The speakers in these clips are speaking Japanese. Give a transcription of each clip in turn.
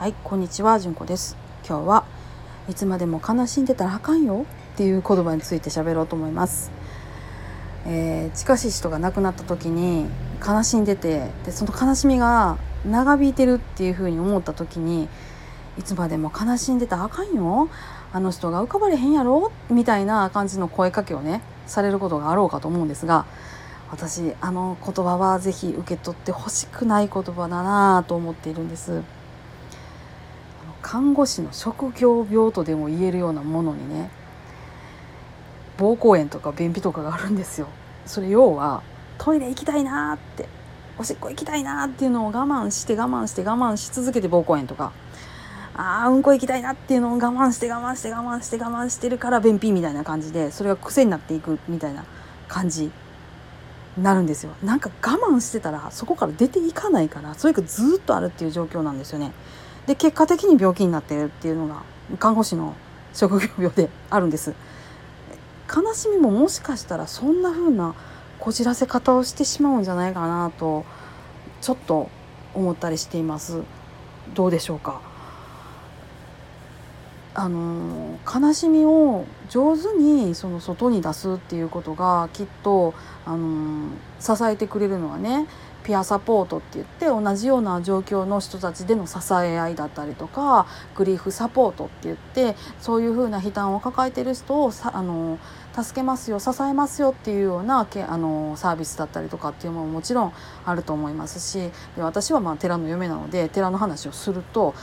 はい、こんにちは、じゅんこです。今日はいつまでも悲しんでたらあかんよっていう言葉について喋ろうと思います。近しい人が亡くなった時に悲しんでて、でその悲しみが長引いてるっていう風に思った時に、いつまでも悲しんでたらあかんよ、あの人が浮かばれへんやろみたいな感じの声かけをねされることがあろうかと思うんですが、私あの言葉はぜひ受け取ってほしくない言葉だなと思っているんです。看護師の職業病とでも言えるようなものにね、膀胱炎とか便秘とかがあるんですよ。それ要はトイレ行きたいなって、おしっこ行きたいなっていうのを我慢して我慢して我慢し続けて膀胱炎とか、うんこ行きたいなっていうのを我慢して我慢して我慢して我慢してるから便秘みたいな感じで、それが癖になっていくみたいな感じになるんですよ。なんか我慢してたらそこから出ていかないから、それがずっとあるっていう状況なんですよね。で結果的に病気になっているっていうのが看護師の職業病であるんです。悲しみももしかしたらそんな風なこじらせ方をしてしまうんじゃないかなとちょっと思ったりしています。どうでしょうか。悲しみを上手にその外に出すっていうことがきっと支えてくれるのはね、ピアサポートって言って同じような状況の人たちでの支え合いだったりとか、グリーフサポートって言ってそういうふうな負担を抱えている人を助けますよ、支えますよっていうようなサービスだったりとかっていうのももちろんあると思いますし、で私は寺の嫁なので寺の話をすると、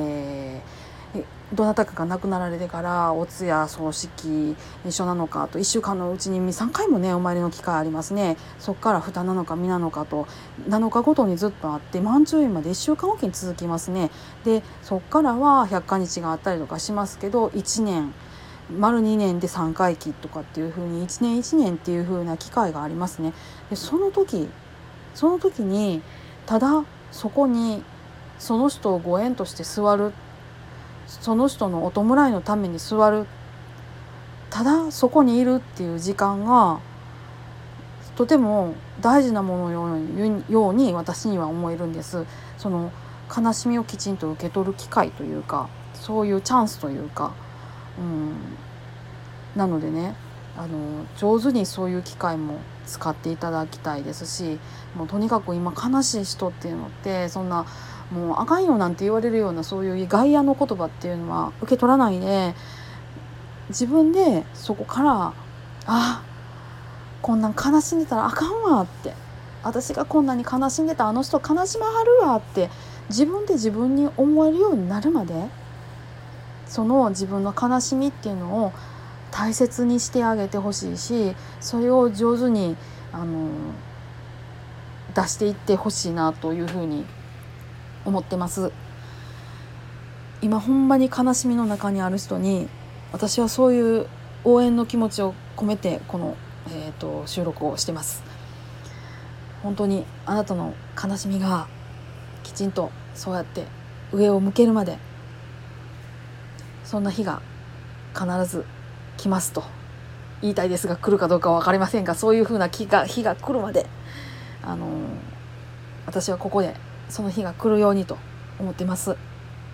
どなたかが亡くなられてからお通夜葬式一緒なのかと1週間のうちに 3回もねお参りの機会ありますね。そこから負担なのか身なのかと7日ごとにずっとあって、満潮院まで1週間おきに続きますね。でそこからは百花日があったりとかしますけど、1年丸2年で3回忌とかっていう風に1年1年っていう風な機会がありますね。でその時にただそこにその人をご縁として座る、その人のお弔いのために座る、ただそこにいるっていう時間がとても大事なものように私には思えるんです。その悲しみをきちんと受け取る機会というか、そういうチャンスというか、なのでね、上手にそういう機会も使っていただきたいですし、もうとにかく今悲しい人っていうのってそんなもうあかんよなんて言われるようなそういう外野の言葉っていうのは受け取らないで、自分でそこからこんなん悲しんでたらあかんわって、私がこんなに悲しんでたあの人悲しまはるわって自分で自分に思えるようになるまで、その自分の悲しみっていうのを大切にしてあげてほしいし、それを上手に出していってほしいなというふうに思ってます。今ほんまに悲しみの中にある人に私はそういう応援の気持ちを込めてこの、収録をしてます。本当にあなたの悲しみがきちんとそうやって上を向けるまで、そんな日が必ず来ますと言いたいですが、来るかどうかは分かりませんが、そういう風な日が来るまで私はここでその日が来るようにと思ってます。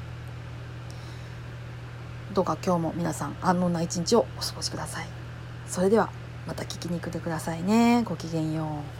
どうか今日も皆さん安穏な一日をお過ごしください。それではまた聞きに来てくださいね。ごきげんよう。